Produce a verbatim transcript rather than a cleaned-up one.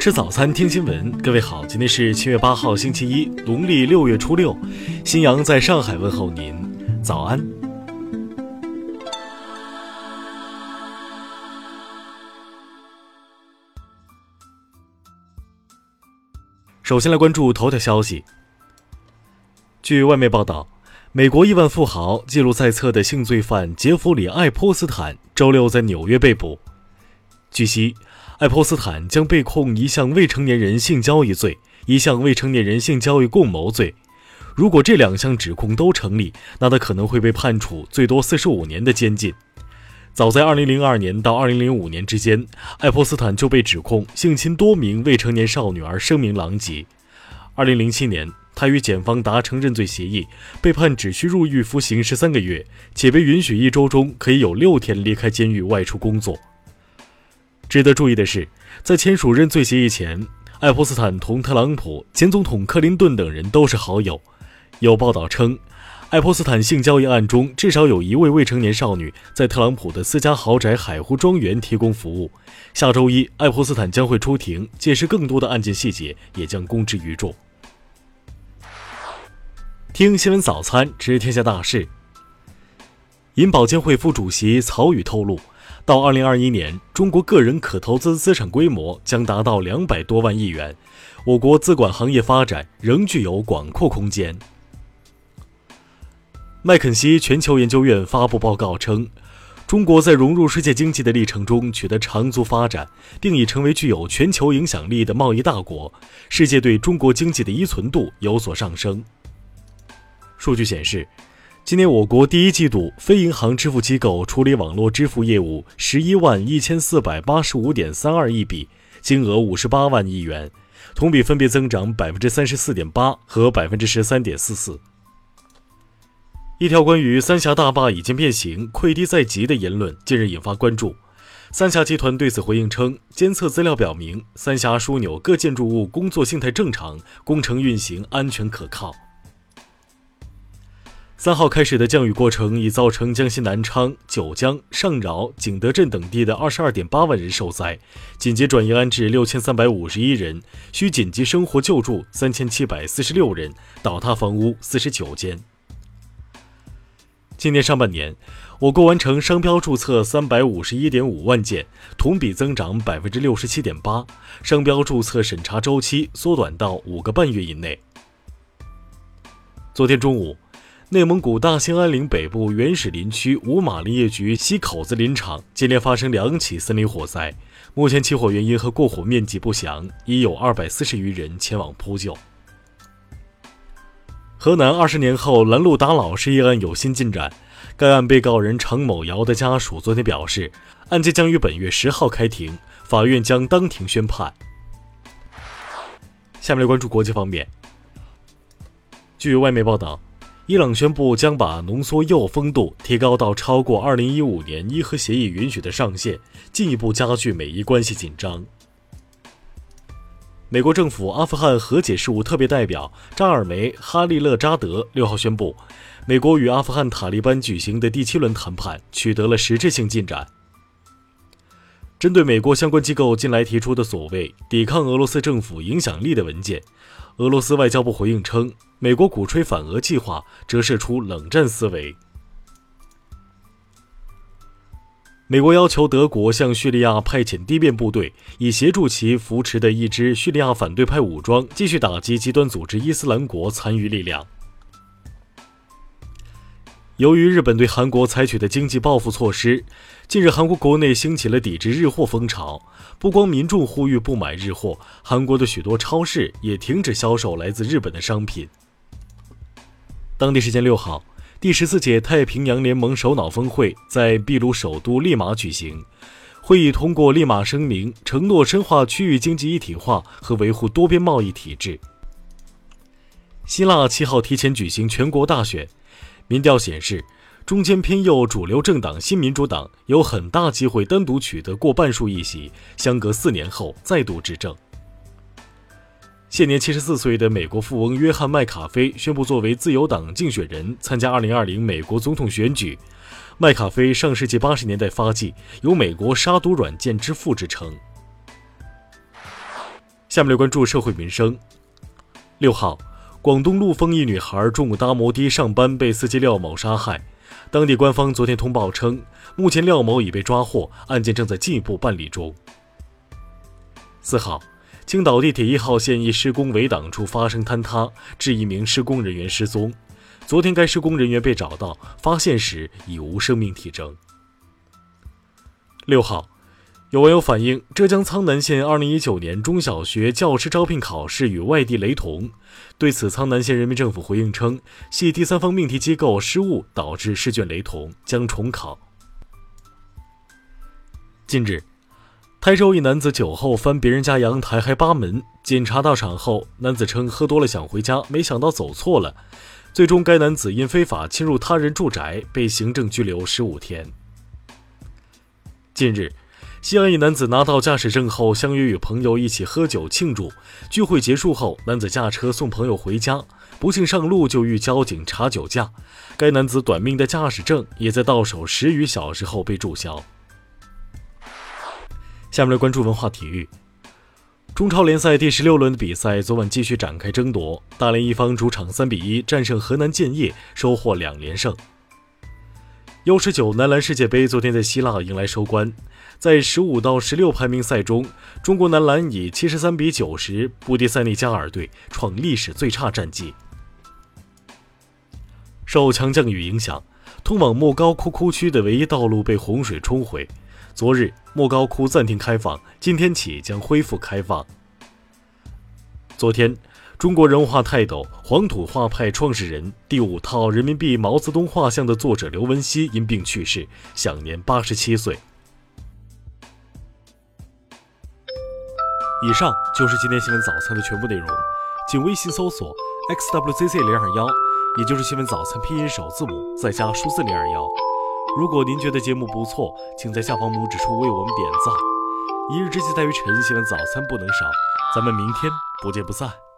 吃早餐，听新闻。各位好，今天是七月八号，星期一，农历六月初六。新阳在上海问候您，早安。首先来关注头条消息。据外媒报道，美国亿万富豪、记录在册的性罪犯杰弗里·爱泼斯坦周六在纽约被捕。据悉，爱泼斯坦将被控一项未成年人性交易罪，一项未成年人性交易共谋罪。如果这两项指控都成立，那他可能会被判处最多四十五年的监禁。早在二零零二年到二零零五年之间，爱泼斯坦就被指控性侵多名未成年少女而声名狼藉。二零零七年，他与检方达成认罪协议，被判只需入狱服刑十三个月，且被允许一周中可以有六天离开监狱外出工作。值得注意的是，在签署认罪协议前，爱泼斯坦同特朗普、前总统克林顿等人都是好友。有报道称，爱泼斯坦性交易案中至少有一位未成年少女在特朗普的私家豪宅海湖庄园提供服务。下周一，爱泼斯坦将会出庭，届时更多的案件细节也将公之于众。听新闻早餐，知天下大事。银保监会副主席曹宇透露，到二零二一年，中国个人可投资资产规模将达到两百多万亿元，我国资管行业发展仍具有广阔空间。麦肯锡全球研究院发布报告称，中国在融入世界经济的历程中取得长足发展，并已成为具有全球影响力的贸易大国，世界对中国经济的依存度有所上升。数据显示，今年我国第一季度非银行支付机构处理网络支付业务十一万一千四百八十五点三二亿笔，金额五十八万亿元，同比分别增长百分之三十四点八和百分之十三点四四。一条关于三峡大坝已经变形、溃堤在即的言论近日引发关注。三峡集团对此回应称，监测资料表明，三峡枢纽各建筑物工作性态正常，工程运行安全可靠。三号开始的降雨过程已造成江西南昌、九江、上饶、景德镇等地的 二十二点八万人受灾，紧急转移安置六千三百五十一人，需紧急生活救助三千七百四十六人，倒塌房屋四十九间。今年上半年，我国完成商标注册三百五十一点五万件，同比增长百分之六十七点八，商标注册审查周期缩短到五个半月以内。昨天中午，内蒙古大兴安岭北部原始林区五马林业局西口子林场接连发生两起森林火灾，目前起火原因和过火面积不详，已有二百四十余人前往扑救。河南二十年后拦路打老师一案有新进展，该案被告人常某瑶的家属昨天表示，案件将于本月十号开庭，法院将当庭宣判。下面来关注国际方面。据外媒报道，伊朗宣布将把浓缩铀丰度提高到超过二零一五年伊核协议允许的上限，进一步加剧美伊关系紧张。美国政府阿富汗和解事务特别代表扎尔梅·哈利勒扎德六号宣布，美国与阿富汗塔利班举行的第七轮谈判取得了实质性进展。针对美国相关机构近来提出的所谓抵抗俄罗斯政府影响力的文件，俄罗斯外交部回应称，美国鼓吹反俄计划折射出冷战思维。美国要求德国向叙利亚派遣地面部队，以协助其扶持的一支叙利亚反对派武装继续打击极端组织伊斯兰国残余力量。由于日本对韩国采取的经济报复措施，近日韩国国内兴起了抵制日货风潮，不光民众呼吁不买日货，韩国的许多超市也停止销售来自日本的商品。当地时间六号，第十四届太平洋联盟首脑峰会在秘鲁首都利马举行，会议通过利马声明，承诺深化区域经济一体化和维护多边贸易体制。希腊七号提前举行全国大选，民调显示，中间偏右主流政党新民主党有很大机会单独取得过半数议席，相隔四年后再度执政。现年七十四岁的美国富翁约翰·麦卡菲宣布作为自由党竞选人参加二零二零美国总统选举。麦卡菲上世纪八十年代发迹，有美国杀毒软件之父之称。 下面来关注社会民生。六号，广东陆丰一女孩中午搭摩的上班被司机廖某杀害，当地官方昨天通报称，目前廖某已被抓获，案件正在进一步办理中。四号，青岛地铁一号线一施工围挡处发生坍塌，致一名施工人员失踪。昨天该施工人员被找到，发现时已无生命体征。六号，有网友反映，浙江苍南县二零一九年中小学教师招聘考试与外地雷同。对此，苍南县人民政府回应称，系第三方命题机构失误导致试卷雷同，将重考。近日，台州一男子酒后翻别人家阳台还扒门，检查到场后，男子称喝多了想回家，没想到走错了。最终该男子因非法侵入他人住宅被行政拘留十五天。近日，西安一男子拿到驾驶证后，相约与朋友一起喝酒庆祝。聚会结束后，男子驾车送朋友回家，不幸上路就遇交警查酒驾。该男子短命的驾驶证也在到手十余小时后被注销。下面来关注文化体育。中超联赛第十六轮的比赛昨晚继续展开争夺，大连一方主场三比一战胜河南建业，收获两连胜。U 十九男篮世界杯昨天在希腊迎来收官，在十五到十六排名赛中，中国男篮以七十三比九十不敌塞内加尔队，创历史最差战绩。受强降雨影响，通往莫高窟窟区的唯一道路被洪水冲毁。昨日莫高窟暂停开放，今天起将恢复开放。昨天，中国人物画泰斗、黄土画派创始人、第五套人民币毛泽东画像的作者刘文熙因病去世，享年八十七岁。以上就是今天新闻早餐的全部内容，请微信搜索 X W Z Z 零二一，也就是新闻早餐拼音首字母再加数字零二一。如果您觉得节目不错，请在下方拇指处为我们点赞。一日之计在于晨，新闻早餐不能少，咱们明天不见不散。